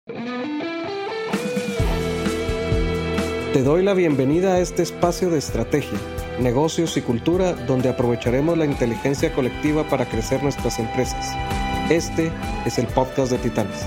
Te doy la bienvenida a este espacio de estrategia, negocios y cultura donde aprovecharemos la inteligencia colectiva para crecer nuestras empresas. Este es el podcast de Titanes.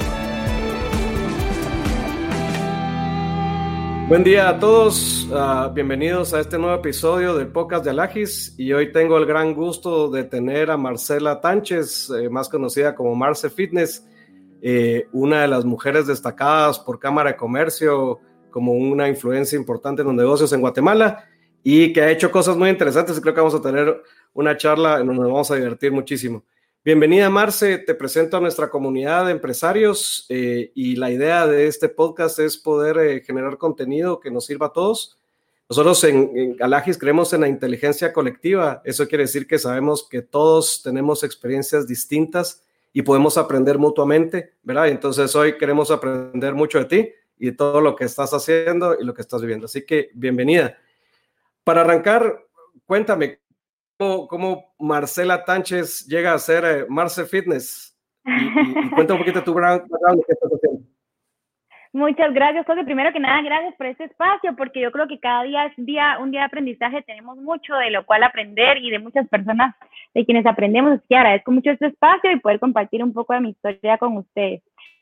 Buen día a todos, bienvenidos a este nuevo episodio del podcast de Alagis, y hoy tengo el gran gusto de tener a Marcela Tánchez, más conocida como Marce Fitness, una de las mujeres destacadas por Cámara de Comercio como una influencia importante en los negocios en Guatemala y que ha hecho cosas muy interesantes, y creo que vamos a tener una charla en donde nos vamos a divertir muchísimo. Bienvenida, Marce, te presento a nuestra comunidad de empresarios y la idea de este podcast es poder generar contenido que nos sirva a todos. Nosotros en Alagis creemos en la inteligencia colectiva. Eso quiere decir que sabemos que todos tenemos experiencias distintas y podemos aprender mutuamente, ¿verdad? Entonces hoy queremos aprender mucho de ti y de todo lo que estás haciendo y lo que estás viviendo. Así que bienvenida. Para arrancar, cuéntame, ¿cómo Marcela Tánchez llega a ser Marce Fitness? Y cuenta un poquito tu background, ¿qué estás haciendo? Muchas gracias, José. Primero que nada, gracias por este espacio, porque yo creo que cada día es un día de aprendizaje. Tenemos mucho de lo cual aprender y de muchas personas de quienes aprendemos. Así que agradezco mucho este espacio y poder compartir un poco de mi historia con ustedes.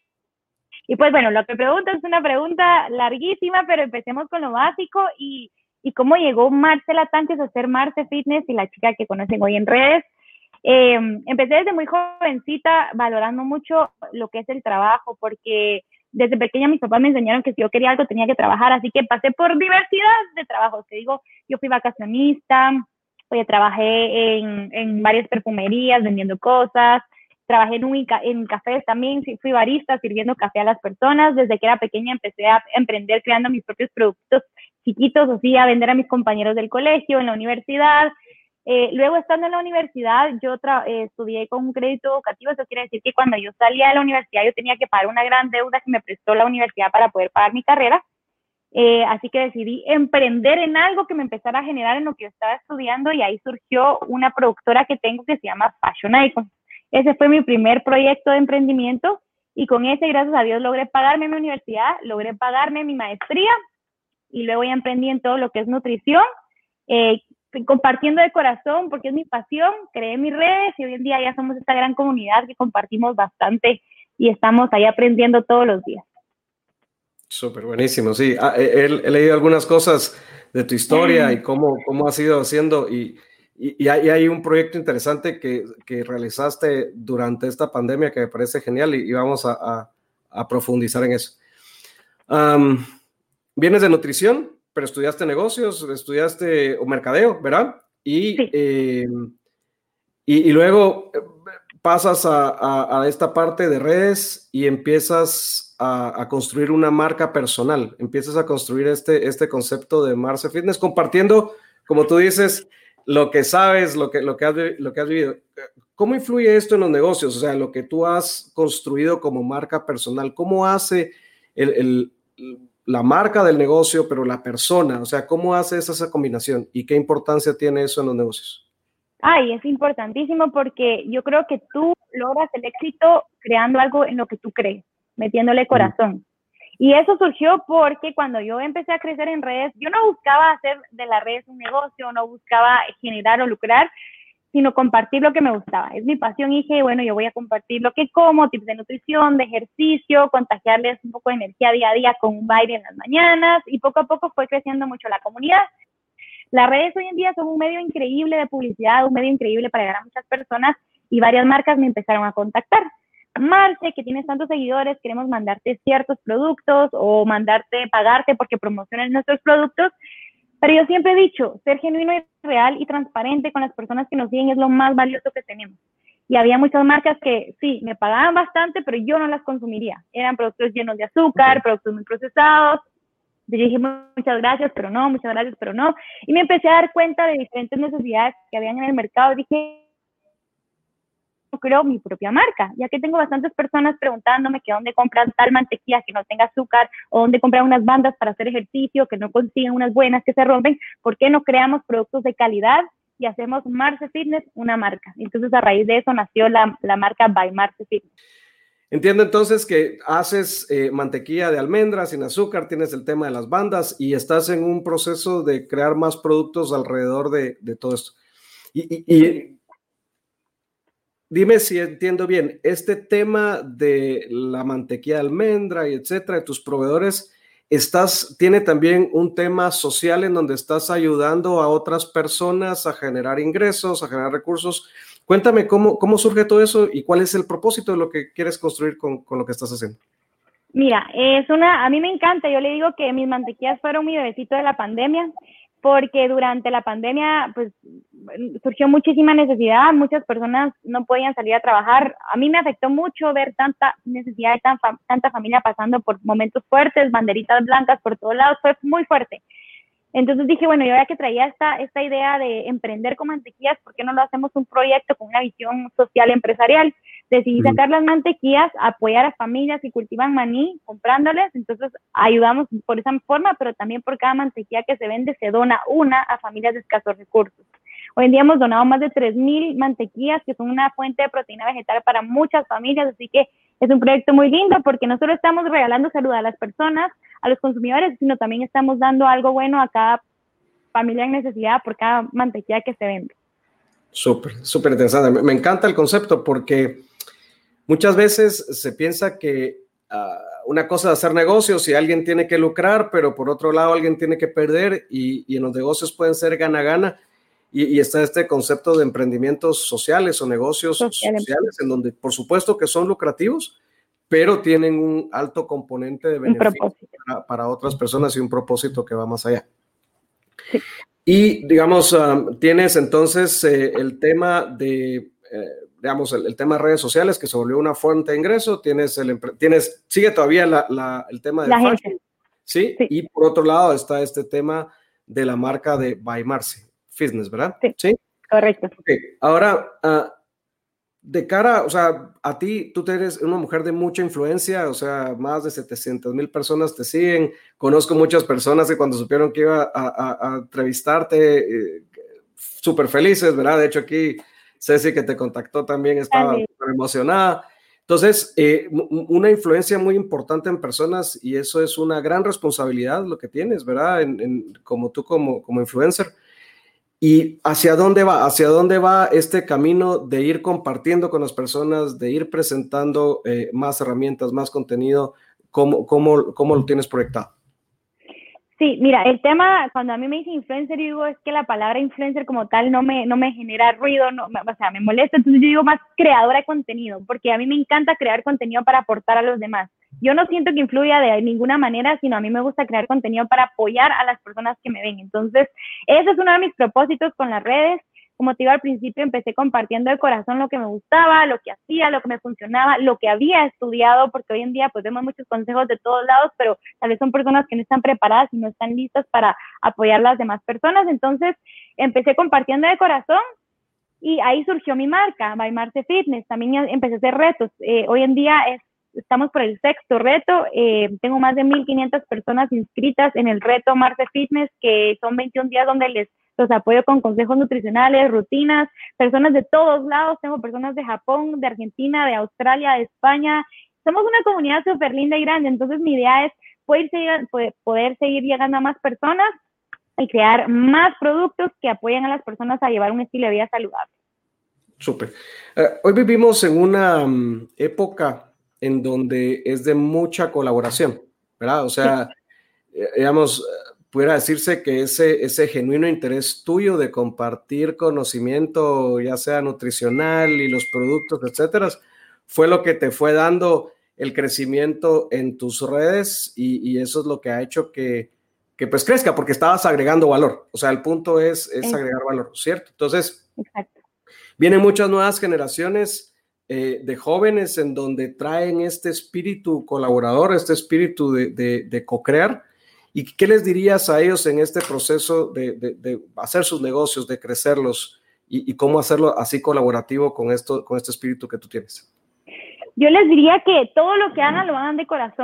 Y pues bueno, lo que preguntas es una pregunta larguísima, pero empecemos con lo básico y cómo llegó Marcela Tánchez a ser Marce Fitness y la chica que conocen hoy en redes. Empecé desde muy jovencita valorando mucho lo que es el trabajo, porque desde pequeña mis papás me enseñaron que si yo quería algo tenía que trabajar, así que pasé por diversidad de trabajos. Te digo, yo fui vacacionista, trabajé en varias perfumerías vendiendo cosas, trabajé en cafés también, fui barista sirviendo café a las personas. Desde que era pequeña empecé a emprender creando mis propios productos chiquitos, así a vender a mis compañeros del colegio, en la universidad. Luego, estando en la universidad, yo estudié con un crédito educativo. Eso quiere decir que cuando yo salía de la universidad yo tenía que pagar una gran deuda que me prestó la universidad para poder pagar mi carrera. Así que decidí emprender en algo que me empezara a generar en lo que yo estaba estudiando, y ahí surgió una productora que tengo que se llama Fashion Icon. Ese fue mi primer proyecto de emprendimiento, y con ese, gracias a Dios, logré pagarme mi universidad, logré pagarme mi maestría, y luego ya emprendí en todo lo que es nutrición, compartiendo de corazón, porque es mi pasión. Creé mis redes y hoy en día ya somos esta gran comunidad que compartimos bastante y estamos ahí aprendiendo todos los días. Súper, buenísimo, sí. He leído algunas cosas de tu historia y cómo has ido haciendo, y hay un proyecto interesante que realizaste durante esta pandemia que me parece genial, y vamos a profundizar en eso. Vienes de nutrición, pero estudiaste negocios, estudiaste mercadeo, ¿verdad? Y, sí. Y luego pasas a esta parte de redes y empiezas a construir una marca personal. Empiezas a construir este concepto de Marce Fitness, compartiendo, como tú dices, lo que sabes, lo que has vivido. ¿Cómo influye esto en los negocios? O sea, lo que tú has construido como marca personal, ¿cómo hace la marca del negocio, pero la persona? O sea, ¿cómo haces esa combinación y qué importancia tiene eso en los negocios? Ay, es importantísimo, porque yo creo que tú logras el éxito creando algo en lo que tú crees, metiéndole corazón. Y eso surgió porque cuando yo empecé a crecer en redes, yo no buscaba hacer de las redes un negocio, no buscaba generar o lucrar, sino compartir lo que me gustaba. Es mi pasión, y dije, bueno, yo voy a compartir lo que como, tips de nutrición, de ejercicio, contagiarles un poco de energía día a día con un baile en las mañanas, y poco a poco fue creciendo mucho la comunidad. Las redes hoy en día son un medio increíble de publicidad, un medio increíble para llegar a muchas personas, y varias marcas me empezaron a contactar. Marce, que tienes tantos seguidores, queremos mandarte ciertos productos o pagarte porque promociones nuestros productos. Pero yo siempre he dicho, ser genuino y real y transparente con las personas que nos siguen es lo más valioso que tenemos. Y había muchas marcas que sí, me pagaban bastante, pero yo no las consumiría. Eran productos llenos de azúcar, productos muy procesados. Yo dije, muchas gracias, pero no, muchas gracias, pero no. Y me empecé a dar cuenta de diferentes necesidades que habían en el mercado. Dije, creo mi propia marca, ya que tengo bastantes personas preguntándome que dónde compran tal mantequilla que no tenga azúcar, o dónde compran unas bandas para hacer ejercicio que no consiguen unas buenas, que se rompen. ¿Por qué no creamos productos de calidad y hacemos Marce Fitness una marca? Entonces, a raíz de eso nació la marca By Marce Fitness. Entiendo entonces que haces mantequilla de almendra sin azúcar, tienes el tema de las bandas y estás en un proceso de crear más productos alrededor de todo esto. Y dime si entiendo bien, este tema de la mantequilla de almendra y etcétera, de tus proveedores, tiene también un tema social en donde estás ayudando a otras personas a generar ingresos, a generar recursos. Cuéntame cómo surge todo eso y cuál es el propósito de lo que quieres construir con lo que estás haciendo. Mira, a mí me encanta, yo le digo que mis mantequillas fueron mi bebecito de la pandemia, porque durante la pandemia pues surgió muchísima necesidad, muchas personas no podían salir a trabajar. A mí me afectó mucho ver tanta necesidad y tanta familia pasando por momentos fuertes, banderitas blancas por todos lados, fue muy fuerte. Entonces dije, bueno, yo ahora que traía esta idea de emprender con mantequillas, ¿por qué no lo hacemos un proyecto con una visión social empresarial? Decidí sacar las mantequillas, apoyar a familias que cultivan maní, comprándoles, entonces ayudamos por esa forma, pero también por cada mantequilla que se vende se dona una a familias de escasos recursos. Hoy en día hemos donado más de 3,000 mantequillas, que son una fuente de proteína vegetal para muchas familias, así que es un proyecto muy lindo porque no solo estamos regalando salud a las personas, a los consumidores, sino también estamos dando algo bueno a cada familia en necesidad por cada mantequilla que se vende. Súper interesante. Me encanta el concepto porque muchas veces se piensa que una cosa es hacer negocios y alguien tiene que lucrar, pero por otro lado alguien tiene que perder y en los negocios pueden ser gana-gana y está este concepto de emprendimientos sociales o negocios sociales en donde por supuesto que son lucrativos, pero tienen un alto componente de beneficio para otras personas y un propósito que va más allá. Sí. Y digamos, tienes entonces el tema de... el tema de redes sociales que se volvió una fuente de ingreso, sigue todavía el tema de fashion, ¿sí? Sí. Y por otro lado está este tema de la marca de By Marce Fitness, ¿verdad? Sí, ¿sí? Correcto. Okay. Ahora, de cara, o sea, a ti, tú eres una mujer de mucha influencia, o sea, más de 700,000 personas te siguen, conozco muchas personas que cuando supieron que iba a entrevistarte, súper felices, ¿verdad? De hecho, aquí Ceci, que te contactó, también estaba súper emocionada. Entonces, una influencia muy importante en personas y eso es una gran responsabilidad lo que tienes, ¿verdad? Como tú, como influencer. ¿Y hacia dónde va? ¿Hacia dónde va este camino de ir compartiendo con las personas, de ir presentando más herramientas, más contenido? ¿Cómo lo tienes proyectado? Sí, mira, el tema, cuando a mí me dicen influencer, yo digo, es que la palabra influencer como tal no me genera ruido, o sea, me molesta, entonces yo digo más creadora de contenido, porque a mí me encanta crear contenido para aportar a los demás. Yo no siento que influya de ninguna manera, sino a mí me gusta crear contenido para apoyar a las personas que me ven. Entonces, ese es uno de mis propósitos con las redes. Como te digo al principio, empecé compartiendo de corazón lo que me gustaba, lo que hacía, lo que me funcionaba, lo que había estudiado, porque hoy en día pues vemos muchos consejos de todos lados, pero tal vez son personas que no están preparadas y no están listas para apoyar a las demás personas. Entonces, empecé compartiendo de corazón y ahí surgió mi marca, By Marce Fitness. También empecé a hacer retos. Hoy en día estamos por el 6º reto. Tengo más de 1,500 personas inscritas en el reto Marce Fitness, que son 21 días donde los apoyo con consejos nutricionales, rutinas, personas de todos lados. Tengo personas de Japón, de Argentina, de Australia, de España. Somos una comunidad súper linda y grande. Entonces mi idea es poder seguir llegando a más personas y crear más productos que apoyen a las personas a llevar un estilo de vida saludable. Súper. Hoy vivimos en una época en donde es de mucha colaboración, ¿verdad? O sea, digamos, pudiera decirse que ese genuino interés tuyo de compartir conocimiento, ya sea nutricional y los productos, etcétera, fue lo que te fue dando el crecimiento en tus redes y eso es lo que ha hecho que pues crezca, porque estabas agregando valor. O sea, el punto es agregar valor, ¿cierto? Entonces, exacto. Vienen muchas nuevas generaciones de jóvenes en donde traen este espíritu colaborador, este espíritu de co-crear. ¿Y qué les dirías a ellos en este proceso de hacer sus negocios, de crecerlos y cómo hacerlo así colaborativo con este espíritu que tú tienes? Yo les diría que todo lo que hagan lo hagan de corazón,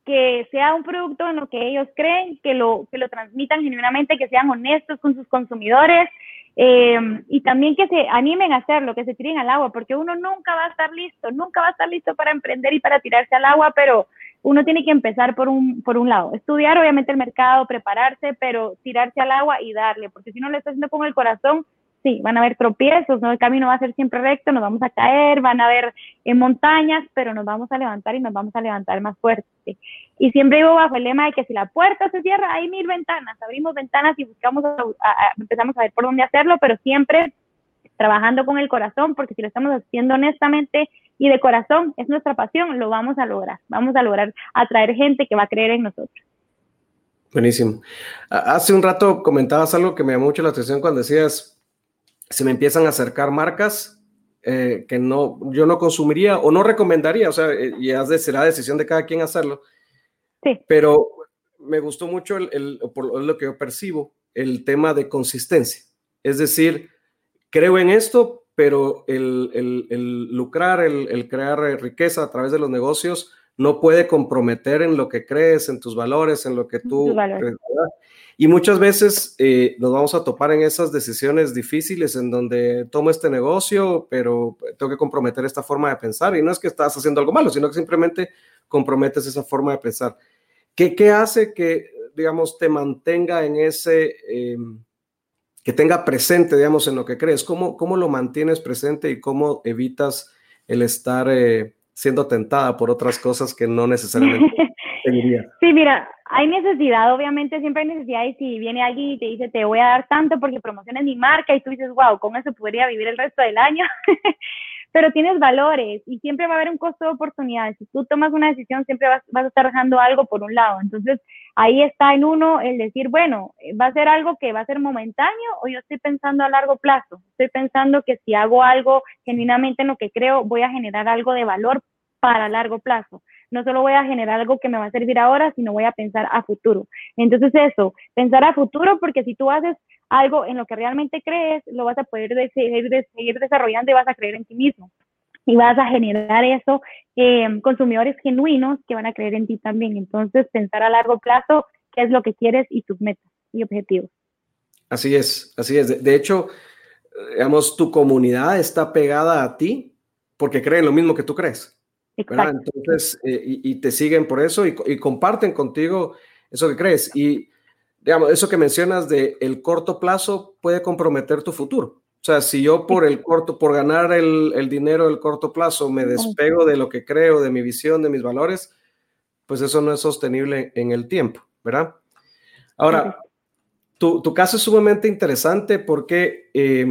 que sea un producto en lo que ellos creen, que lo transmitan genuinamente, que sean honestos con sus consumidores, y también que se animen a hacerlo, que se tiren al agua, porque uno nunca va a estar listo para emprender y para tirarse al agua, pero uno tiene que empezar por un lado, estudiar obviamente el mercado, prepararse, pero tirarse al agua y darle, porque si no lo está haciendo con el corazón, sí, van a haber tropiezos, ¿no? El camino va a ser siempre recto, nos vamos a caer, van a haber montañas, pero nos vamos a levantar y nos vamos a levantar más fuerte. Y siempre vivo bajo el lema de que si la puerta se cierra, hay 1000 ventanas, abrimos ventanas y buscamos, empezamos a ver por dónde hacerlo, pero siempre trabajando con el corazón, porque si lo estamos haciendo honestamente y de corazón, es nuestra pasión, lo vamos a lograr atraer gente que va a creer en nosotros. Buenísimo. Hace un rato comentabas algo que me llamó mucho la atención cuando decías, se me empiezan a acercar marcas que yo no consumiría o no recomendaría, o sea, será decisión de cada quien hacerlo. Sí. Pero me gustó mucho por lo que yo percibo, el tema de consistencia. Es decir, creo en esto, pero el lucrar, el crear riqueza a través de los negocios no puede comprometer en lo que crees, en tus valores, en lo que tú crees. Y muchas veces nos vamos a topar en esas decisiones difíciles en donde tomo este negocio, pero tengo que comprometer esta forma de pensar. Y no es que estás haciendo algo malo, sino que simplemente comprometes esa forma de pensar. ¿Qué hace que, digamos, te mantenga en ese, que tenga presente, digamos, en lo que crees? ¿Cómo lo mantienes presente y cómo evitas el estar siendo tentada por otras cosas que no necesariamente seguirías? Sí, mira, hay necesidad, obviamente siempre hay necesidad, y si viene alguien y te dice, te voy a dar tanto porque promociones mi marca, y tú dices, wow, con eso podría vivir el resto del año, pero tienes valores y siempre va a haber un costo de oportunidad. Si tú tomas una decisión, siempre vas a estar dejando algo por un lado. Entonces, ahí está en uno el decir, bueno, ¿va a ser algo que va a ser momentáneo o yo estoy pensando a largo plazo? Estoy pensando que si hago algo genuinamente en lo que creo, voy a generar algo de valor para largo plazo. No solo voy a generar algo que me va a servir ahora, sino voy a pensar a futuro. Entonces eso, pensar a futuro, porque si tú haces algo en lo que realmente crees, lo vas a poder seguir desarrollando y vas a creer en ti mismo. Y vas a generar eso, consumidores genuinos que van a creer en ti también. Entonces, pensar a largo plazo qué es lo que quieres y tus metas y objetivos. Así es, así es. De hecho, digamos, tu comunidad está pegada a ti porque creen lo mismo que tú crees. ¿Verdad? Entonces, y te siguen por eso y comparten contigo eso que crees. Y, digamos, eso que mencionas de el corto plazo puede comprometer tu futuro. O sea, si yo por ganar el dinero del corto plazo me despego de lo que creo, de mi visión, de mis valores, pues eso no es sostenible en el tiempo, ¿verdad? Ahora, tu caso es sumamente interesante porque,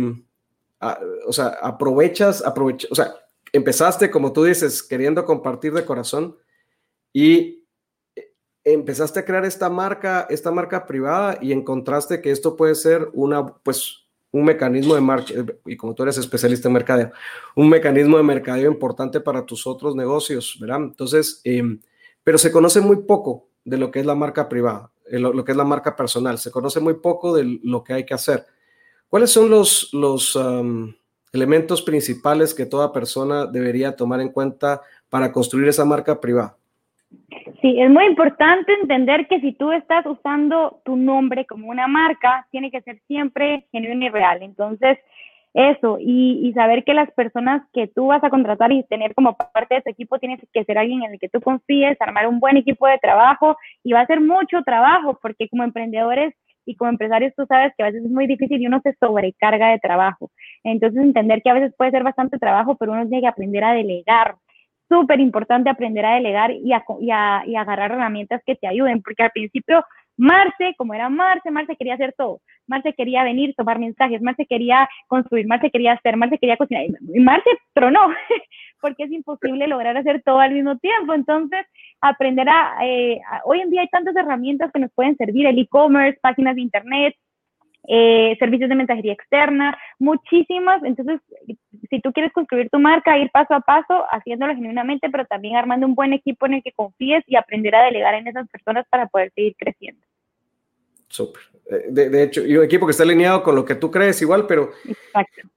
o sea, aprovechas, o sea, empezaste, como tú dices, queriendo compartir de corazón y empezaste a crear esta marca privada y encontraste que esto puede ser un mecanismo de marketing, y como tú eres especialista en mercadeo, un mecanismo de mercadeo importante para tus otros negocios, ¿verdad? Entonces, pero se conoce muy poco de lo que es la marca privada, lo que es la marca personal, se conoce muy poco de lo que hay que hacer. ¿Cuáles son los elementos principales que toda persona debería tomar en cuenta para construir esa marca privada? Sí, es muy importante entender que si tú estás usando tu nombre como una marca, tiene que ser siempre genuino y real. Entonces, eso, y saber que las personas que tú vas a contratar y tener como parte de tu equipo, tienes que ser alguien en el que tú confíes, armar un buen equipo de trabajo, y va a ser mucho trabajo, porque como emprendedores y como empresarios tú sabes que a veces es muy difícil y uno se sobrecarga de trabajo. Entonces, entender que a veces puede ser bastante trabajo, pero uno tiene que aprender a delegar. Súper importante aprender a delegar y agarrar herramientas que te ayuden, porque al principio Marce, como era Marce quería hacer todo. Marce quería venir, tomar mensajes, Marce quería construir, Marce quería hacer, Marce quería cocinar, y Marce tronó, porque es imposible lograr hacer todo al mismo tiempo. Entonces, aprender hoy en día hay tantas herramientas que nos pueden servir, el e-commerce, páginas de internet, servicios de mensajería externa, muchísimas. Entonces, si tú quieres construir tu marca, ir paso a paso, haciéndolo genuinamente, pero también armando un buen equipo en el que confíes y aprender a delegar en esas personas para poder seguir creciendo. Súper. De hecho, y un equipo que está alineado con lo que tú crees igual, pero... Exacto.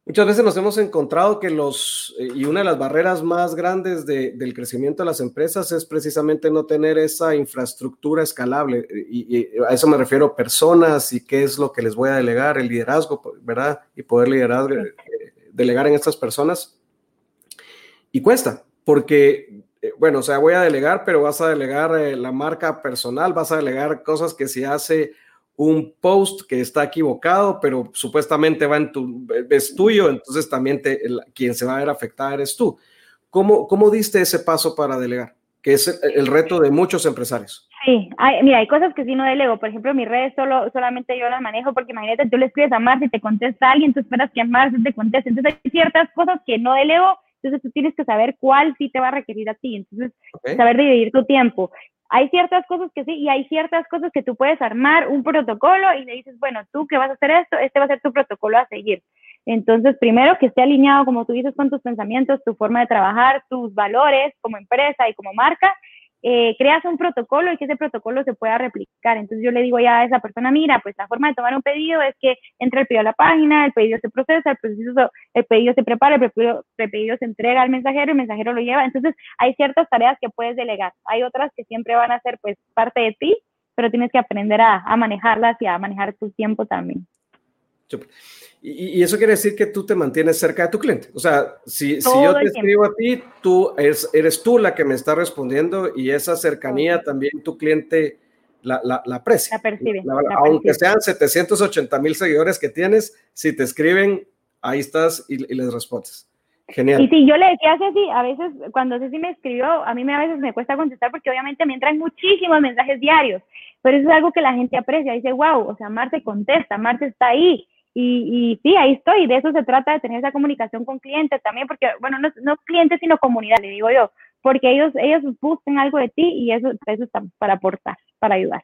Muchas veces nos hemos encontrado que y una de las barreras más grandes del crecimiento de las empresas es precisamente no tener esa infraestructura escalable. Y a eso me refiero, personas y qué es lo que les voy a delegar, el liderazgo, ¿verdad? Y poder delegar en estas personas. Y cuesta, porque, bueno, o sea, voy a delegar, pero vas a delegar la marca personal, vas a delegar cosas que si hace un post que está equivocado, pero supuestamente es tuyo, entonces también quien se va a ver afectada eres tú. ¿Cómo diste ese paso para delegar? Que es el reto de muchos empresarios. Sí, mira, hay cosas que sí no delego. Por ejemplo, mis redes solamente yo las manejo porque imagínate, tú le escribes a Marce y te contesta alguien, tú esperas que a Marce te conteste. Entonces hay ciertas cosas que no delego, entonces tú tienes que saber cuál sí te va a requerir a ti. Entonces, saber dividir tu tiempo. Hay ciertas cosas que sí y hay ciertas cosas que tú puedes armar un protocolo y le dices, bueno, tú que vas a hacer esto, este va a ser tu protocolo a seguir. Entonces, primero que esté alineado, como tú dices, con tus pensamientos, tu forma de trabajar, tus valores como empresa y como marca. Creas un protocolo y que ese protocolo se pueda replicar. Entonces yo le digo ya a esa persona, mira, pues la forma de tomar un pedido es que entra el pedido a la página, el pedido se procesa, el pedido se prepara, el pedido se entrega al mensajero, el mensajero lo lleva. Entonces hay ciertas tareas que puedes delegar. Hay otras que siempre van a ser pues parte de ti, pero tienes que aprender a manejarlas y a manejar tu tiempo también. Y eso quiere decir que tú te mantienes cerca de tu cliente. O sea, si yo te escribo a ti, eres tú la que me está respondiendo y esa cercanía también tu cliente la aprecia. La percibe. Aunque sean 780,000 seguidores que tienes, si te escriben, ahí estás y les respondes. Genial. Y si yo le decía a Ceci, a veces cuando Ceci me escribió, a mí a veces me cuesta contestar porque obviamente me entran muchísimos mensajes diarios, pero eso es algo que la gente aprecia, dice, wow, o sea, Marce contesta, Marce está ahí. Y sí, ahí estoy, de eso se trata, de tener esa comunicación con clientes también, porque, bueno, no clientes, sino comunidad, le digo yo, porque ellos buscan algo de ti y eso está para aportar, para ayudar.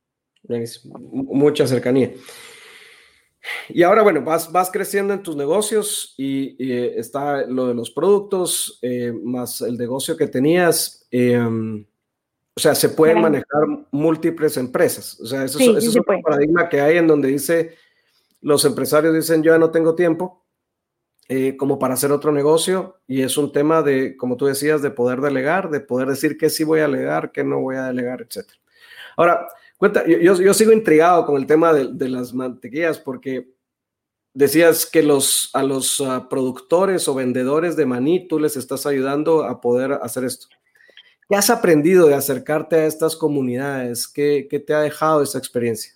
Mucha cercanía. Y ahora, bueno, vas creciendo en tus negocios y está lo de los productos, más el negocio que tenías. O sea, se pueden manejar múltiples empresas. O sea, eso es un paradigma que hay en donde los empresarios dicen, yo ya no tengo tiempo como para hacer otro negocio, y es un tema de, como tú decías, de poder delegar, de poder decir qué sí voy a delegar, qué no voy a delegar, etc. Ahora, yo sigo intrigado con el tema de las mantequillas, porque decías que a los productores o vendedores de maní tú les estás ayudando a poder hacer esto. ¿Qué has aprendido de acercarte a estas comunidades? ¿Qué te ha dejado esa experiencia?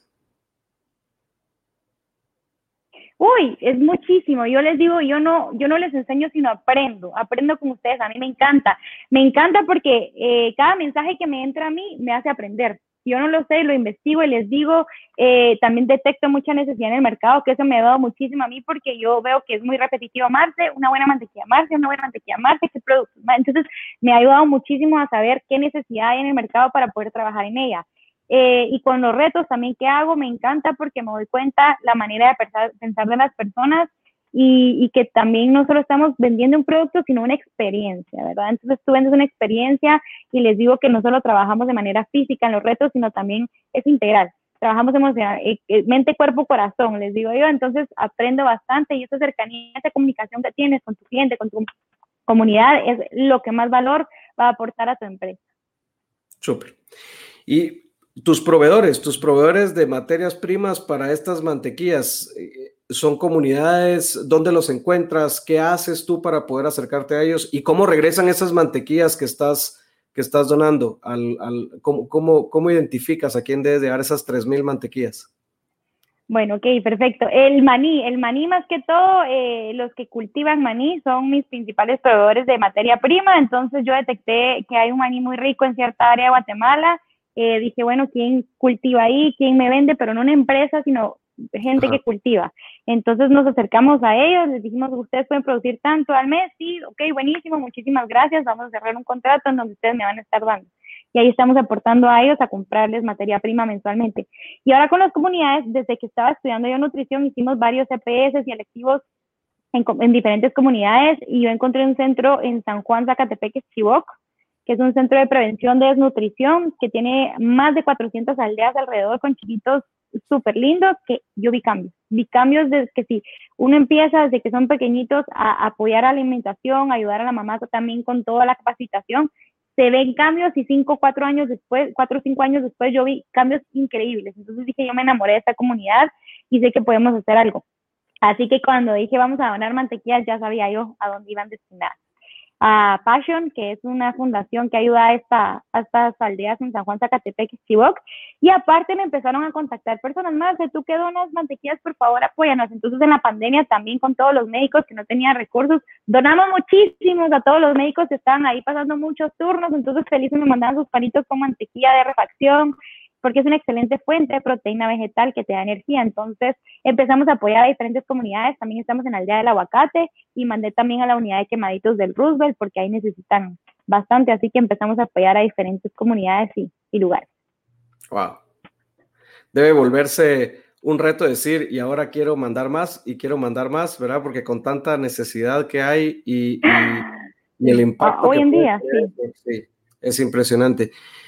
Uy, es muchísimo. Yo les digo, yo no les enseño, sino aprendo con ustedes. A mí me encanta porque cada mensaje que me entra a mí me hace aprender. Yo no lo sé, lo investigo y les digo, también detecto mucha necesidad en el mercado, que eso me ha dado muchísimo a mí porque yo veo que es muy repetitivo Marce, una buena mantequilla Marce, qué producto. Entonces me ha ayudado muchísimo a saber qué necesidad hay en el mercado para poder trabajar en ella. Y con los retos también que hago, me encanta porque me doy cuenta la manera de pensar de las personas y que también no solo estamos vendiendo un producto, sino una experiencia, ¿verdad? Entonces tú vendes una experiencia y les digo que no solo trabajamos de manera física en los retos, sino también es integral. Trabajamos emocional, mente, cuerpo, corazón, les digo yo. Entonces aprendo bastante y esa cercanía, esa comunicación que tienes con tu cliente, con tu comunidad, es lo que más valor va a aportar a tu empresa. Súper. Y tus proveedores de materias primas para estas mantequillas, ¿son comunidades? ¿Dónde los encuentras? ¿Qué haces tú para poder acercarte a ellos? ¿Y cómo regresan esas mantequillas que estás donando? ¿Cómo identificas a quién debes de dar esas 3,000 mantequillas? Bueno, ok, perfecto. El maní más que todo, los que cultivan maní son mis principales proveedores de materia prima. Entonces yo detecté que hay un maní muy rico en cierta área de Guatemala. Dije, bueno, ¿quién cultiva ahí? ¿Quién me vende? Pero no una empresa, sino gente que cultiva. Entonces nos acercamos a ellos, les dijimos, ustedes pueden producir tanto al mes. Sí, ok, buenísimo, muchísimas gracias. Vamos a cerrar un contrato en donde ustedes me van a estar dando. Y ahí estamos aportando a ellos a comprarles materia prima mensualmente. Y ahora con las comunidades, desde que estaba estudiando yo nutrición, hicimos varios CPS y electivos en diferentes comunidades, y yo encontré un centro en San Juan, Zacatepeque, Chivoc, que es un centro de prevención de desnutrición que tiene más de 400 aldeas alrededor con chiquitos súper lindo que yo vi cambios desde que si uno empieza desde que son pequeñitos a apoyar a la alimentación, ayudar a la mamá también con toda la capacitación, se ven cambios y 4 o 5 años después yo vi cambios increíbles. Entonces dije, yo me enamoré de esta comunidad y sé que podemos hacer algo. Así que cuando dije vamos a donar mantequillas, ya sabía yo a dónde iban destinadas. A Passion, que es una fundación que ayuda a estas aldeas en San Juan, Zacatepec y Chibok. Y aparte me empezaron a contactar personas más, de tú que donas mantequillas, por favor apóyanos. Entonces en la pandemia también con todos los médicos que no tenían recursos, donamos muchísimos a todos los médicos que estaban ahí pasando muchos turnos, entonces felices me mandaban sus palitos con mantequilla de refacción, porque es una excelente fuente de proteína vegetal que te da energía. Entonces empezamos a apoyar a diferentes comunidades, también estamos en la aldea del aguacate y mandé también a la unidad de quemaditos del Roosevelt porque ahí necesitan bastante, así que empezamos a apoyar a diferentes comunidades y lugares. Wow. Debe volverse un reto decir, y ahora quiero mandar más y quiero mandar más, ¿verdad? Porque con tanta necesidad que hay y el impacto hoy que en puede día, tener, sí. sí, es impresionante.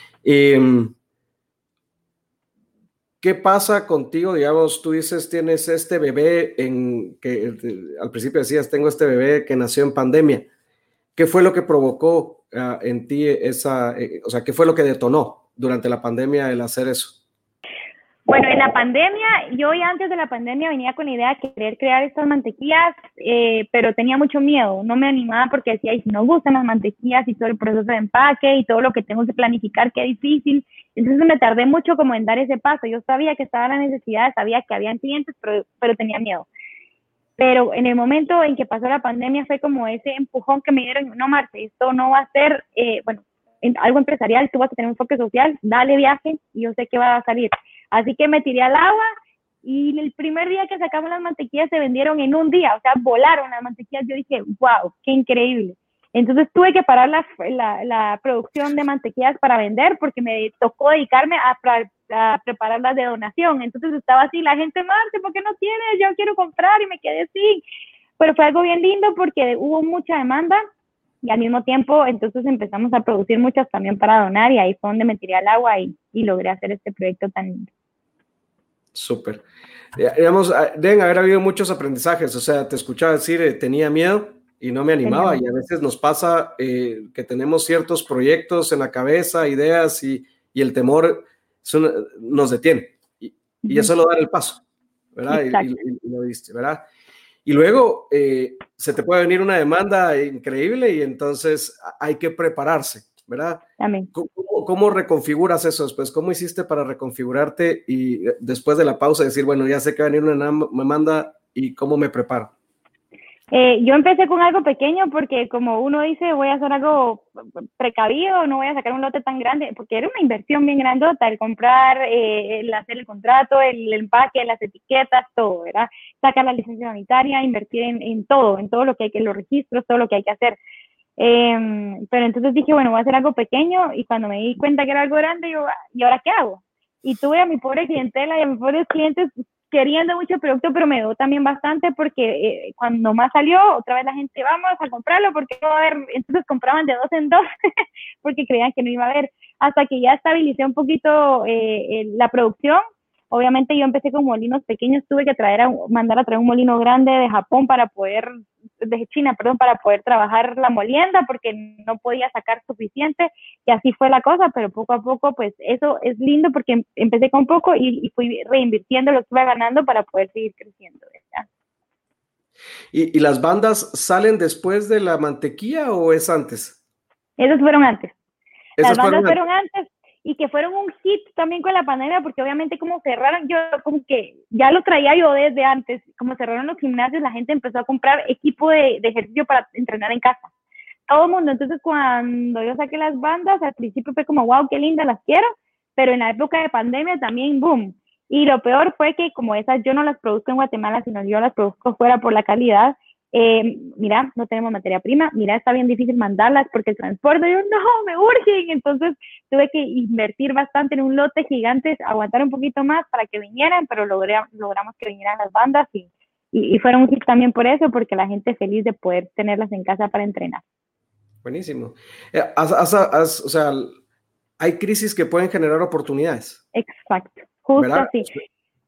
¿Qué pasa contigo? Digamos, tú dices, tienes este bebé que al principio decías, tengo este bebé que nació en pandemia. ¿Qué fue lo que provocó en ti o sea, qué fue lo que detonó durante la pandemia el hacer eso? Bueno, en la pandemia, yo ya antes de la pandemia venía con la idea de querer crear estas mantequillas, pero tenía mucho miedo, no me animaba porque decía, y si no gustan las mantequillas y todo el proceso de empaque y todo lo que tengo que planificar, qué difícil. Entonces me tardé mucho como en dar ese paso. Yo sabía que estaba la necesidad, sabía que habían clientes, pero tenía miedo. Pero en el momento en que pasó la pandemia fue como ese empujón que me dieron, no, Marce, esto no va a ser, algo empresarial, tú vas a tener un enfoque social, dale viaje y yo sé que va a salir. Así que me tiré al agua y el primer día que sacamos las mantequillas se vendieron en un día, o sea, volaron las mantequillas. Yo dije, wow, qué increíble. Entonces tuve que parar la producción de mantequillas para vender porque me tocó dedicarme a prepararlas de donación. Entonces estaba así, la gente, Marce, ¿por qué no tienes? Yo quiero comprar y me quedé sin. Pero fue algo bien lindo porque hubo mucha demanda y al mismo tiempo entonces empezamos a producir muchas también para donar y ahí fue donde me tiré al agua y logré hacer este proyecto tan lindo. Súper. Digamos, deben haber habido muchos aprendizajes, o sea, te escuchaba decir, tenía miedo y no me animaba, y a veces nos pasa que tenemos ciertos proyectos en la cabeza, ideas, y el temor nos detiene, y es solo dar el paso, ¿verdad? Y lo diste, ¿verdad? Y luego se te puede venir una demanda increíble y entonces hay que prepararse, ¿verdad? Amén. ¿Cómo reconfiguras eso después? ¿Cómo hiciste para reconfigurarte y después de la pausa decir, bueno, ya sé que va a venir una demanda y cómo me preparo? Yo empecé con algo pequeño porque como uno dice, voy a hacer algo precavido, no voy a sacar un lote tan grande, porque era una inversión bien grandota, el comprar, el hacer el contrato, el empaque, las etiquetas, todo, ¿verdad? Sacar la licencia sanitaria, invertir en todo lo que hay que, los registros, todo lo que hay que hacer. Pero entonces dije, bueno, voy a hacer algo pequeño y cuando me di cuenta que era algo grande, yo, ¿y ahora qué hago? Y tuve a mi pobre clientela y a mis pobres clientes queriendo mucho producto, pero me dio también bastante porque cuando más salió, otra vez la gente, vamos a comprarlo porque no va a haber, entonces compraban de 2 en 2 porque creían que no iba a haber, hasta que ya estabilicé un poquito la producción. Obviamente yo empecé con molinos pequeños, tuve que mandar a traer un molino grande de Japón de China, para poder trabajar la molienda porque no podía sacar suficiente y así fue la cosa, pero poco a poco pues eso es lindo porque empecé con poco y fui reinvirtiendo lo que iba ganando para poder seguir creciendo, ¿verdad? ¿Y las bandas salen después de la mantequilla o es antes? Esos fueron antes. Las bandas fueron antes y que fueron un hit también con la pandemia porque obviamente como cerraron, yo como que ya lo traía yo desde antes, como cerraron los gimnasios, la gente empezó a comprar equipo de ejercicio para entrenar en casa. Todo el mundo, entonces cuando yo saqué las bandas, al principio fue como, wow, qué lindas, las quiero, pero en la época de pandemia también, boom. Y lo peor fue que como esas yo no las produzco en Guatemala, sino yo las produzco fuera por la calidad. Mira, no tenemos materia prima, mira, está bien difícil mandarlas porque el transporte, yo no, me urgen, entonces tuve que invertir bastante en un lote gigante, aguantar un poquito más para que vinieran, pero logramos que vinieran las bandas y fueron un hit también por eso, porque la gente feliz de poder tenerlas en casa para entrenar. Buenísimo. O sea, hay crisis que pueden generar oportunidades. Exacto, justo así.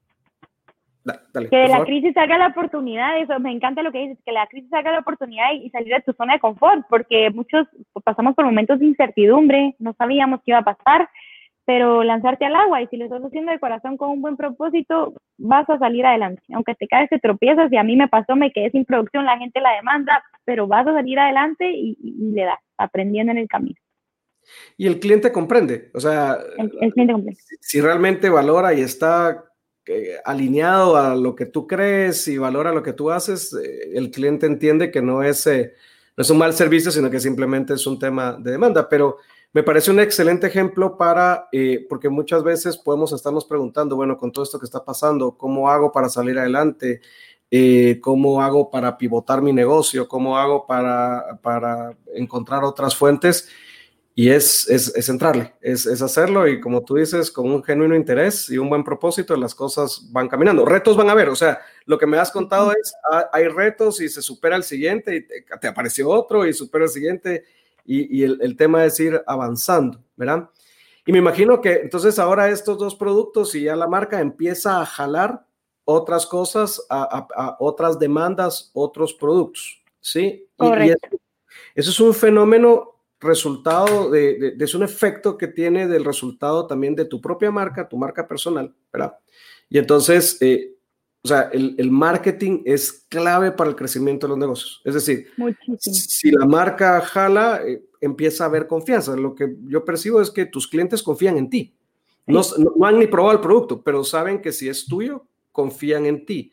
Dale, Que de por la favor. crisis salga la oportunidad, eso me encanta lo que dices, que la crisis salga la oportunidad y salir de tu zona de confort, porque muchos pasamos por momentos de incertidumbre, no sabíamos qué iba a pasar, pero lanzarte al agua y si lo estás haciendo de corazón con un buen propósito, vas a salir adelante. Aunque te caes, te tropiezas y a mí me pasó, me quedé sin producción, la gente la demanda, pero vas a salir adelante y le das, aprendiendo en el camino. Y el cliente comprende, o sea, El cliente completo. si realmente valora y está alineado a lo que tú crees y valora lo que tú haces, el cliente entiende que no es un mal servicio, sino que simplemente es un tema de demanda. Pero me parece un excelente ejemplo porque muchas veces podemos estarnos preguntando, bueno, con todo esto que está pasando, ¿cómo hago para salir adelante? ¿Cómo hago para pivotar mi negocio? ¿Cómo hago para encontrar otras fuentes? Y es entrarle, es hacerlo y como tú dices, con un genuino interés y un buen propósito, las cosas van caminando. Retos van a haber, o sea, lo que me has contado es, hay retos y se supera el siguiente y te apareció otro y supera el siguiente y el tema es ir avanzando, ¿verdad? Y me imagino que entonces ahora estos dos productos y ya la marca empieza a jalar otras cosas, a otras demandas, otros productos, ¿sí? Y Correcto. eso es un fenómeno resultado es un efecto que tiene del resultado también de tu propia marca, tu marca personal, ¿verdad? Y entonces, o sea, el marketing es clave para el crecimiento de los negocios. Es decir, Muchísimo. si la marca jala, empieza a haber confianza. Lo que yo percibo es que tus clientes confían en ti. No, Sí. no han ni probado el producto, pero saben que si es tuyo, confían en ti.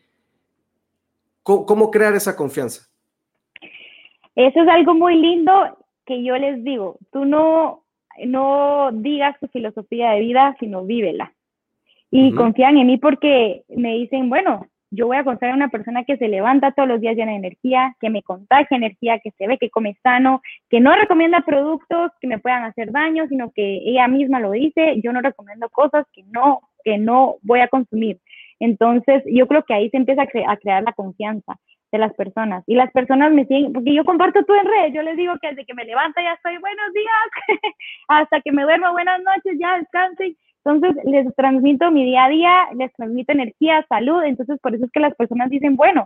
¿Cómo crear esa confianza? Eso es algo muy lindo que yo les digo, tú no digas tu filosofía de vida, sino vívela. Y confían en mí porque me dicen, bueno, yo voy a confiar en una persona que se levanta todos los días llena de energía, que me contagia energía, que se ve que come sano, que no recomienda productos que me puedan hacer daño, sino que ella misma lo dice, yo no recomiendo cosas que no voy a consumir. Entonces, yo creo que ahí se empieza a crear la confianza de las personas. Y las personas me siguen, porque yo comparto todo en redes, yo les digo que desde que me levanto ya estoy buenos días, hasta que me duermo buenas noches, ya descansen. Entonces, les transmito mi día a día, les transmito energía, salud. Entonces, por eso es que las personas dicen, bueno,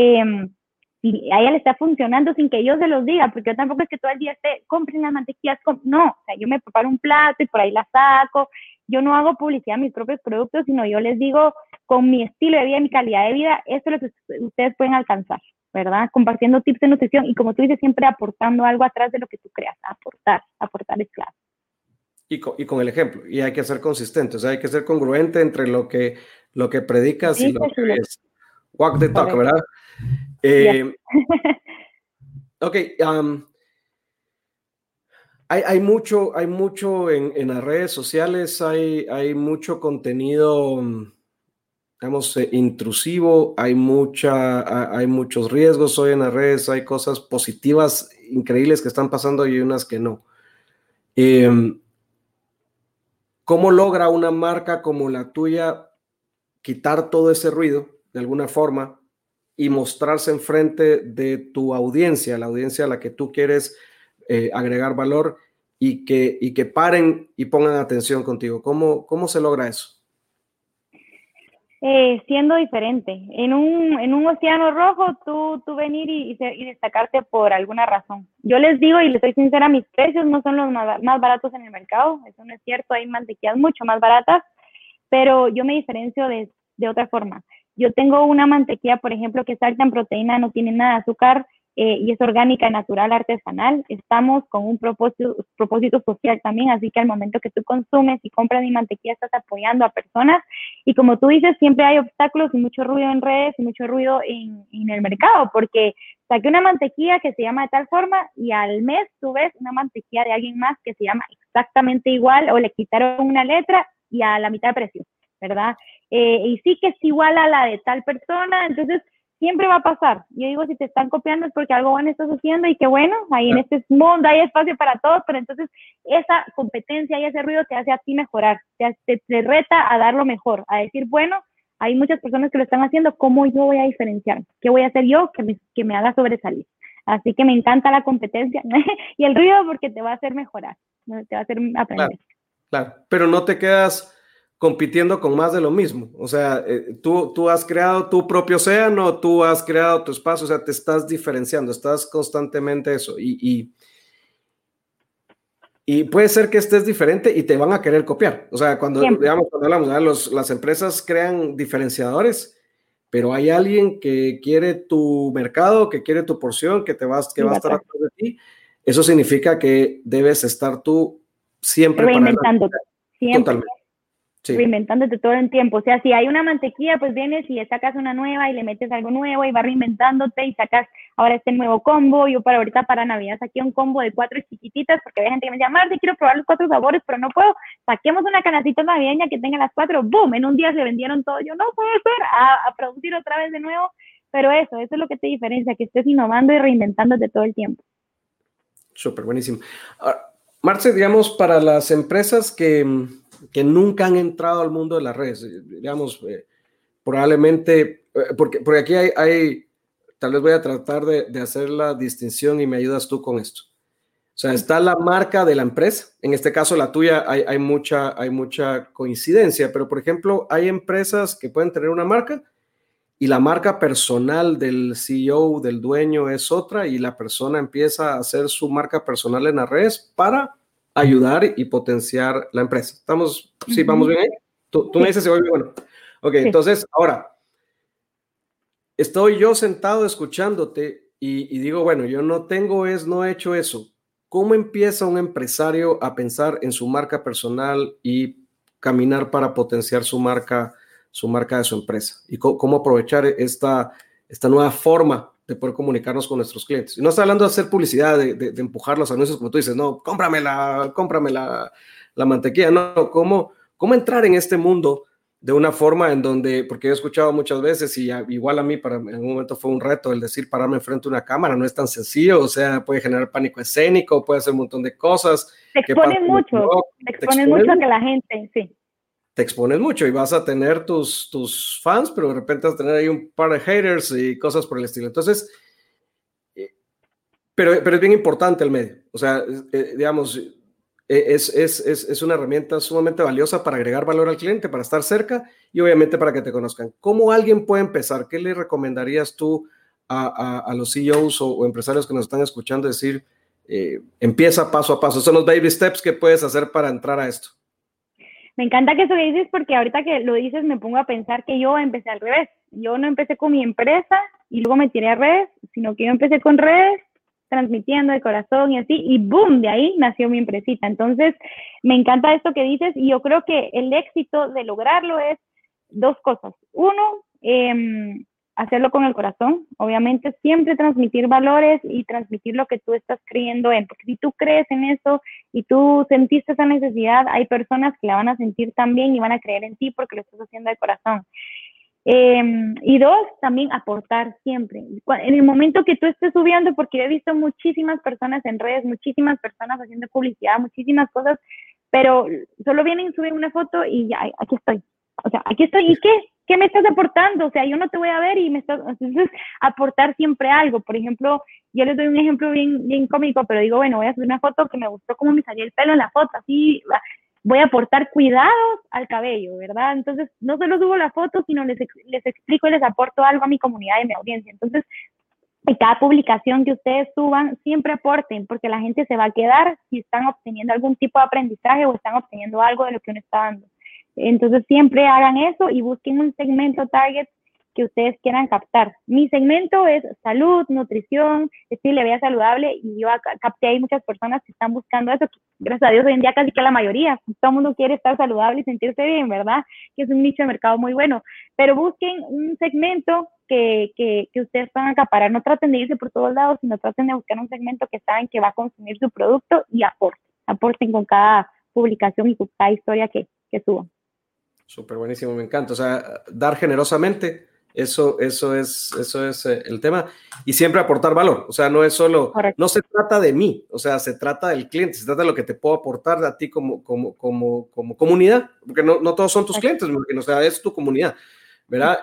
si a ella le está funcionando sin que yo se los diga, porque yo tampoco es que todo el día esté, compren las mantequillas. No, o sea, yo me preparo un plato y por ahí la saco. Yo no hago publicidad de mis propios productos, sino yo les digo, con mi estilo de vida, mi calidad de vida, esto es lo que ustedes pueden alcanzar, ¿verdad? Compartiendo tips de nutrición y como tú dices, siempre aportando algo atrás de lo que tú creas. Aportar es clave. Y con el ejemplo, y hay que ser consistente, o sea, hay que ser congruente entre lo que predicas y lo Dices que y lo es. Walk the talk, correcto. ¿verdad? Yes. Ok, hay mucho en las redes sociales, hay mucho contenido, digamos, intrusivo, hay muchos riesgos hoy en las redes, hay cosas positivas increíbles que están pasando y unas que no. ¿Cómo logra una marca como la tuya quitar todo ese ruido de alguna forma y mostrarse enfrente de tu audiencia, la audiencia a la que tú quieres agregar valor y que paren y pongan atención contigo? ¿Cómo se logra eso? Siendo diferente. En un océano rojo, tú venir y destacarte por alguna razón. Yo les digo y les soy sincera, mis precios no son los más baratos en el mercado, eso no es cierto, hay mantequillas mucho más baratas, pero yo me diferencio de otra forma. Yo tengo una mantequilla, por ejemplo, que es alta en proteína, no tiene nada de azúcar y es orgánica, natural, artesanal. Estamos con un propósito social también, así que al momento que tú consumes y compras mi mantequilla, estás apoyando a personas. Y como tú dices, siempre hay obstáculos y mucho ruido en redes y mucho ruido en el mercado, porque saqué una mantequilla que se llama de tal forma y al mes tú ves una mantequilla de alguien más que se llama exactamente igual o le quitaron una letra y a la mitad de precio, ¿verdad? Y sí que es igual a la de tal persona, entonces siempre va a pasar. Yo digo, si te están copiando es porque algo bueno estás haciendo y que bueno, ahí en este mundo hay espacio para todos, pero entonces esa competencia y ese ruido te hace a ti mejorar, te reta a dar lo mejor, a decir, bueno, hay muchas personas que lo están haciendo, ¿cómo yo voy a diferenciar? ¿Qué voy a hacer yo que me haga sobresalir? Así que me encanta la competencia y el ruido porque te va a hacer mejorar, te va a hacer aprender. Claro, claro. Pero no te quedas compitiendo con más de lo mismo. O sea, tú has creado tu propio océano, tú has creado tu espacio, o sea, te estás diferenciando, estás constantemente eso. Y puede ser que estés diferente y te van a querer copiar. O sea, Siempre. cuando hablamos, las empresas crean diferenciadores, pero hay alguien que quiere tu mercado, que quiere tu porción, que Y va a va estar atrás. atrás de ti. Eso significa que debes estar tú siempre para adelante. Reinventándote. Siempre. Totalmente. Sí. Reinventándote todo el tiempo. O sea, si hay una mantequilla, pues vienes y sacas una nueva y le metes algo nuevo y vas reinventándote y sacas ahora este nuevo combo. Yo para ahorita para Navidad saqué un combo de 4 chiquititas porque hay gente que me dice, Marce, quiero probar los 4 sabores, pero no puedo. Saquemos una canastita navideña que tenga las 4. ¡Boom! En un día se vendieron todo. Yo no puede ser a producir otra vez de nuevo. Pero eso es lo que te diferencia, que estés innovando y reinventándote todo el tiempo. Súper buenísimo. Marce, digamos, para las empresas que nunca han entrado al mundo de las redes, digamos, probablemente, porque aquí tal vez voy a tratar de hacer la distinción y me ayudas tú con esto. O sea, está la marca de la empresa, en este caso la tuya hay mucha coincidencia, pero por ejemplo, hay empresas que pueden tener una marca y la marca personal del CEO, del dueño es otra y la persona empieza a hacer su marca personal en las redes para ayudar y potenciar la empresa. ¿Estamos? Sí, vamos bien ahí. Tú me dices si voy bien. Bueno. Ok, Sí. entonces ahora estoy yo sentado escuchándote y digo, bueno, yo no he hecho eso. ¿Cómo empieza un empresario a pensar en su marca personal y caminar para potenciar su marca de su empresa? ¿Y cómo aprovechar esta nueva forma de poder comunicarnos con nuestros clientes? Y no estoy hablando de hacer publicidad, de empujar los anuncios, como tú dices, no, cómprame la mantequilla. No, ¿cómo entrar en este mundo de una forma en donde, porque he escuchado muchas veces y igual a mí en un momento fue un reto el decir pararme enfrente de una cámara, no es tan sencillo, o sea, puede generar pánico escénico, puede hacer un montón de cosas. Te expones mucho, a que la gente, sí. Te expones mucho y vas a tener tus fans, pero de repente vas a tener ahí un par de haters y cosas por el estilo. Entonces, pero es bien importante el medio, o sea, digamos, es una herramienta sumamente valiosa para agregar valor al cliente, para estar cerca y obviamente para que te conozcan. ¿Cómo alguien puede empezar? ¿Qué le recomendarías tú a los CEOs o empresarios que nos están escuchando decir, empieza paso a paso? Son los baby steps que puedes hacer para entrar a esto. Me encanta que eso que dices porque ahorita que lo dices me pongo a pensar que yo empecé al revés. Yo no empecé con mi empresa y luego me tiré a redes, sino que yo empecé con redes, transmitiendo de corazón y así, y boom, de ahí nació mi empresita. Entonces, me encanta esto que dices y yo creo que el éxito de lograrlo es dos cosas. Uno, hacerlo con el corazón, obviamente siempre transmitir valores y transmitir lo que tú estás creyendo en, porque si tú crees en eso y tú sentiste esa necesidad, hay personas que la van a sentir también y van a creer en ti porque lo estás haciendo de corazón. Y dos, también aportar siempre. En el momento que tú estés subiendo, porque he visto muchísimas personas en redes, muchísimas personas haciendo publicidad, muchísimas cosas, pero solo vienen, suben una foto y ya, aquí estoy. O sea, aquí estoy. ¿Y qué? ¿Qué me estás aportando? O sea, yo no te voy a ver y me estás... Entonces, aportar siempre algo. Por ejemplo, yo les doy un ejemplo bien cómico, pero digo, bueno, voy a subir una foto que me gustó cómo me salía el pelo en la foto, así... Voy a aportar cuidados al cabello, ¿verdad? Entonces, no solo subo la foto, sino les explico y les aporto algo a mi comunidad y a mi audiencia. Entonces, en cada publicación que ustedes suban, siempre aporten, porque la gente se va a quedar si están obteniendo algún tipo de aprendizaje o están obteniendo algo de lo que uno está dando. Entonces, siempre hagan eso y busquen un segmento target que ustedes quieran captar. Mi segmento es salud, nutrición, estilo de vida saludable, y yo capté ahí muchas personas que están buscando eso. Gracias a Dios, hoy en día casi que la mayoría, todo el mundo quiere estar saludable y sentirse bien, ¿verdad? Que es un nicho de mercado muy bueno. Pero busquen un segmento que ustedes puedan acaparar. No traten de irse por todos lados, sino traten de buscar un segmento que saben que va a consumir su producto y aporten con cada publicación y con cada historia que suban. Súper buenísimo, me encanta. O sea, dar generosamente. Eso es el tema. Y siempre aportar valor. O sea, no es solo, Correcto. no se trata de mí, o sea, se trata del cliente, se trata de lo que te puedo aportar a ti como comunidad, porque no todos son tus clientes, o sea, es tu comunidad, ¿verdad?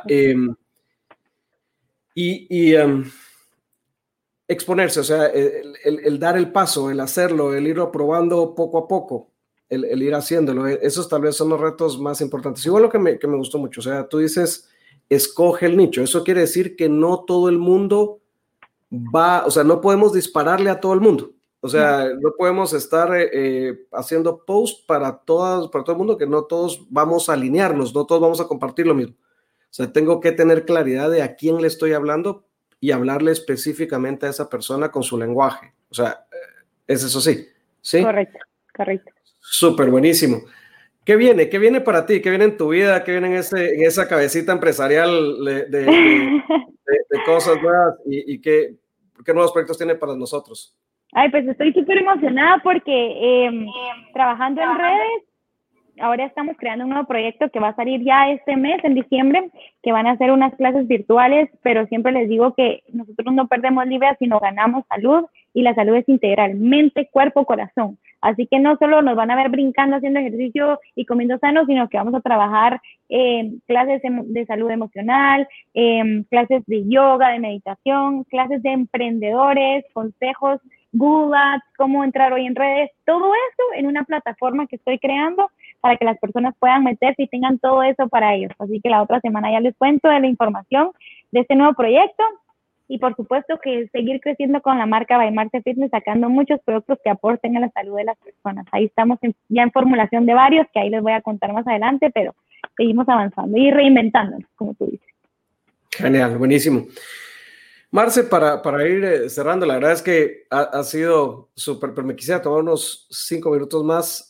Exponerse, o sea, el dar el paso, el hacerlo, el irlo probando poco a poco. el ir haciéndolo. Esos tal vez son los retos más importantes. Igual lo que me gustó mucho, o sea, tú dices, escoge el nicho. Eso quiere decir que no todo el mundo va, o sea, no podemos dispararle a todo el mundo. O sea, no podemos estar haciendo post para todo el mundo, que no todos vamos a alinearnos, no todos vamos a compartir lo mismo. O sea, tengo que tener claridad de a quién le estoy hablando y hablarle específicamente a esa persona con su lenguaje. O sea, es eso sí. ¿Sí? Correcto. Súper buenísimo. ¿Qué viene para ti? ¿Qué viene en tu vida? ¿Qué viene en esa cabecita empresarial de cosas nuevas? ¿Y qué nuevos proyectos tiene para nosotros? Ay, pues estoy súper emocionada porque trabajando en redes, ahora estamos creando un nuevo proyecto que va a salir ya este mes, en diciembre, que van a ser unas clases virtuales, pero siempre les digo que nosotros no perdemos libras, sino ganamos salud, y la salud es integral, mente, cuerpo, corazón. Así que no solo nos van a ver brincando, haciendo ejercicio y comiendo sano, sino que vamos a trabajar clases de salud emocional, clases de yoga, de meditación, clases de emprendedores, consejos, Google Ads, cómo entrar hoy en redes, todo eso en una plataforma que estoy creando para que las personas puedan meterse y tengan todo eso para ellos. Así que la otra semana ya les cuento de la información de este nuevo proyecto y por supuesto que seguir creciendo con la marca By Marce Fitness, sacando muchos productos que aporten a la salud de las personas. Ahí estamos ya en formulación de varios que ahí les voy a contar más adelante, pero seguimos avanzando y reinventándonos, como tú dices. Genial, buenísimo. Marce, para ir cerrando, la verdad es que ha sido súper, pero me quisiera tomar unos 5 minutos más,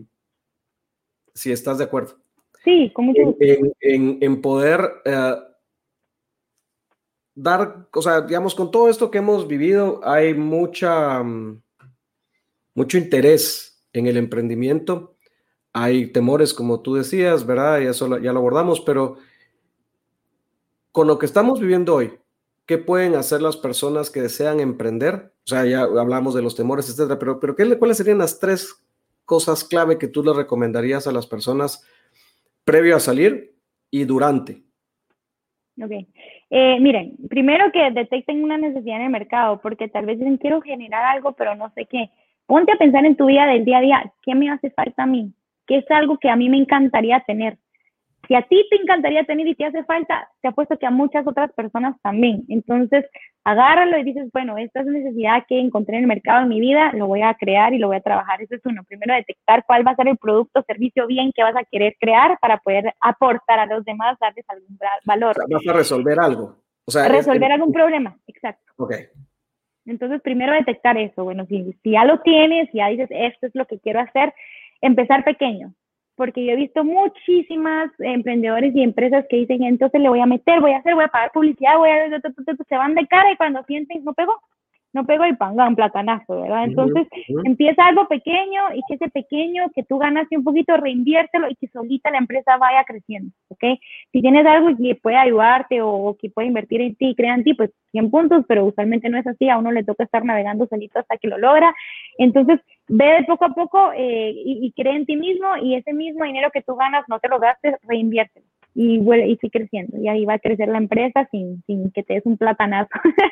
si estás de acuerdo. Sí, con mucho gusto. En poder dar, o sea, digamos, con todo esto que hemos vivido, hay mucho interés en el emprendimiento. Hay temores, como tú decías, ¿verdad? Ya lo abordamos, pero con lo que estamos viviendo hoy, ¿qué pueden hacer las personas que desean emprender? O sea, ya hablamos de los temores, etcétera, pero ¿cuáles serían las 3 cosas clave que tú le recomendarías a las personas previo a salir y durante? Ok. Miren, primero que detecten una necesidad en el mercado, porque tal vez dicen, quiero generar algo, pero no sé qué. Ponte a pensar en tu vida del día a día, ¿qué me hace falta a mí? ¿Qué es algo que a mí me encantaría tener? Si a ti te encantaría tener y te hace falta, te apuesto que a muchas otras personas también. Entonces, agárralo y dices, bueno, esta es una necesidad que encontré en el mercado en mi vida, lo voy a crear y lo voy a trabajar. Eso es uno. Primero, detectar cuál va a ser el producto o servicio bien que vas a querer crear para poder aportar a los demás, darles algún valor. O sea, vas a resolver algo. O sea, resolver algún problema, exacto. Ok. Entonces, primero detectar eso. Bueno, si ya lo tienes, ya dices, esto es lo que quiero hacer, empezar pequeño. Porque yo he visto muchísimas emprendedores y empresas que dicen, entonces le voy a meter, voy a pagar publicidad, se van de cara y cuando sienten, no pegó el pangán, platanazo, ¿verdad? Entonces, empieza algo pequeño y que ese pequeño que tú ganaste un poquito, reinviértelo y que solita la empresa vaya creciendo, ¿ok? Si tienes algo que puede ayudarte o que puede invertir en ti, crea en ti, pues 100 puntos, pero usualmente no es así, a uno le toca estar navegando solito hasta que lo logra. Entonces, ve de poco a poco y cree en ti mismo y ese mismo dinero que tú ganas, no te lo gastes, reinviértelo y sigue creciendo. Y ahí va a crecer la empresa sin que te des un platanazo.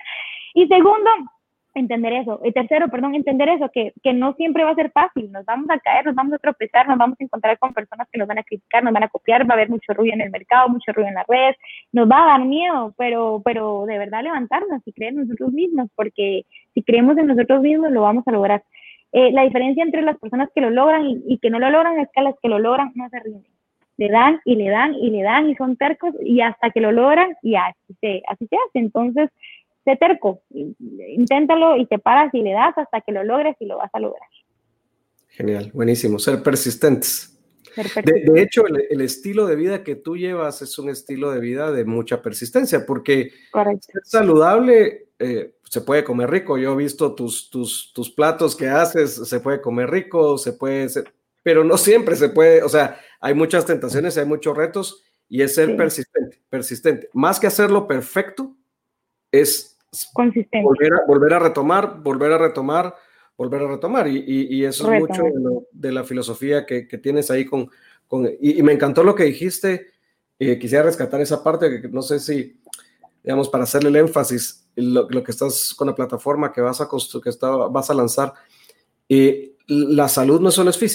Y segundo, entender eso. Y tercero, entender eso, que no siempre va a ser fácil. Nos vamos a caer, nos vamos a tropezar, nos vamos a encontrar con personas que nos van a criticar, nos van a copiar, va a haber mucho ruido en el mercado, mucho ruido en las redes, nos va a dar miedo, pero de verdad levantarnos y creer en nosotros mismos, porque si creemos en nosotros mismos lo vamos a lograr. La diferencia entre las personas que lo logran y que no lo logran es que las que lo logran no se rinden. Le dan y le dan y le dan y son tercos y hasta que lo logran y así se hace. Entonces, sé terco, inténtalo y te paras y le das hasta que lo logres y lo vas a lograr. Genial, buenísimo. Ser persistentes. De hecho, el estilo de vida que tú llevas es un estilo de vida de mucha persistencia, porque ser saludable, se puede comer rico. Yo he visto tus platos que haces, se puede comer rico, pero no siempre se puede. O sea, hay muchas tentaciones, hay muchos retos y es ser persistente. Más que hacerlo perfecto, es consistente. Volver a retomar. Y eso es mucho de la filosofía que tienes ahí y me encantó lo que dijiste. Quisiera rescatar esa parte, que no sé si, digamos, para hacerle el énfasis, lo que estás con la plataforma que vas a lanzar, la salud no solo es física,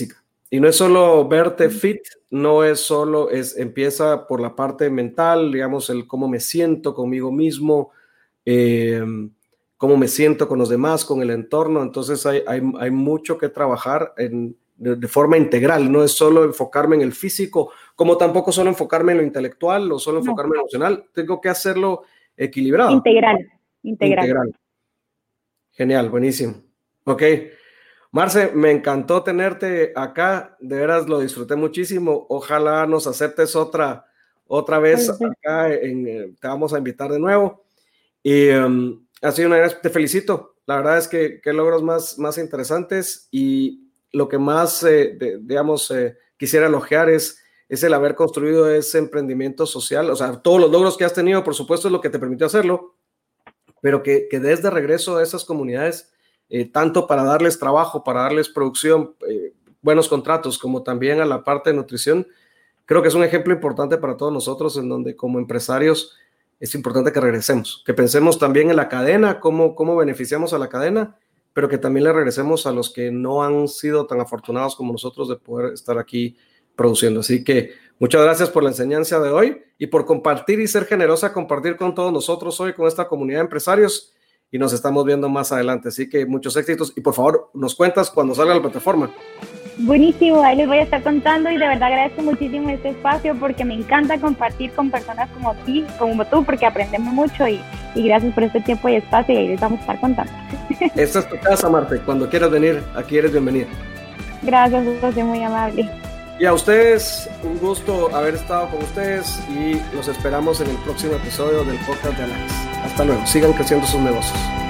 Y no es solo verte fit, no es solo, empieza por la parte mental, digamos, el cómo me siento conmigo mismo, cómo me siento con los demás, con el entorno. Entonces hay mucho que trabajar de forma integral. No es solo enfocarme en el físico, como tampoco solo enfocarme en lo intelectual o solo enfocarme en lo emocional. Tengo que hacerlo equilibrado. Integral. Genial, buenísimo. Ok. Marce, me encantó tenerte acá, de veras lo disfruté muchísimo. Ojalá nos aceptes otra vez acá, te vamos a invitar de nuevo. Y ha sido una gran, te felicito. La verdad es que logros más interesantes, y lo que más, quisiera elogiar es el haber construido ese emprendimiento social. O sea, todos los logros que has tenido, por supuesto, es lo que te permitió hacerlo, pero que des de regreso a esas comunidades, tanto para darles trabajo, para darles producción, buenos contratos, como también a la parte de nutrición. Creo que es un ejemplo importante para todos nosotros, en donde como empresarios es importante que regresemos, que pensemos también en la cadena, cómo beneficiamos a la cadena, pero que también le regresemos a los que no han sido tan afortunados como nosotros de poder estar aquí produciendo. Así que muchas gracias por la enseñanza de hoy y por compartir y ser generosa, compartir con todos nosotros hoy, con esta comunidad de empresarios, y nos estamos viendo más adelante. Así que muchos éxitos, y por favor nos cuentas cuando salga la plataforma. Buenísimo, ahí les voy a estar contando, y de verdad agradezco muchísimo este espacio, porque me encanta compartir con personas como tú, porque aprendemos mucho, y gracias por este tiempo y espacio, y ahí les vamos a estar contando. Esta es tu casa, Marte. Cuando quieras venir, aquí eres bienvenida. Gracias, José, muy amable. Y a ustedes, un gusto haber estado con ustedes, y los esperamos en el próximo episodio del podcast de Alajis. Hasta luego, sigan creciendo sus negocios.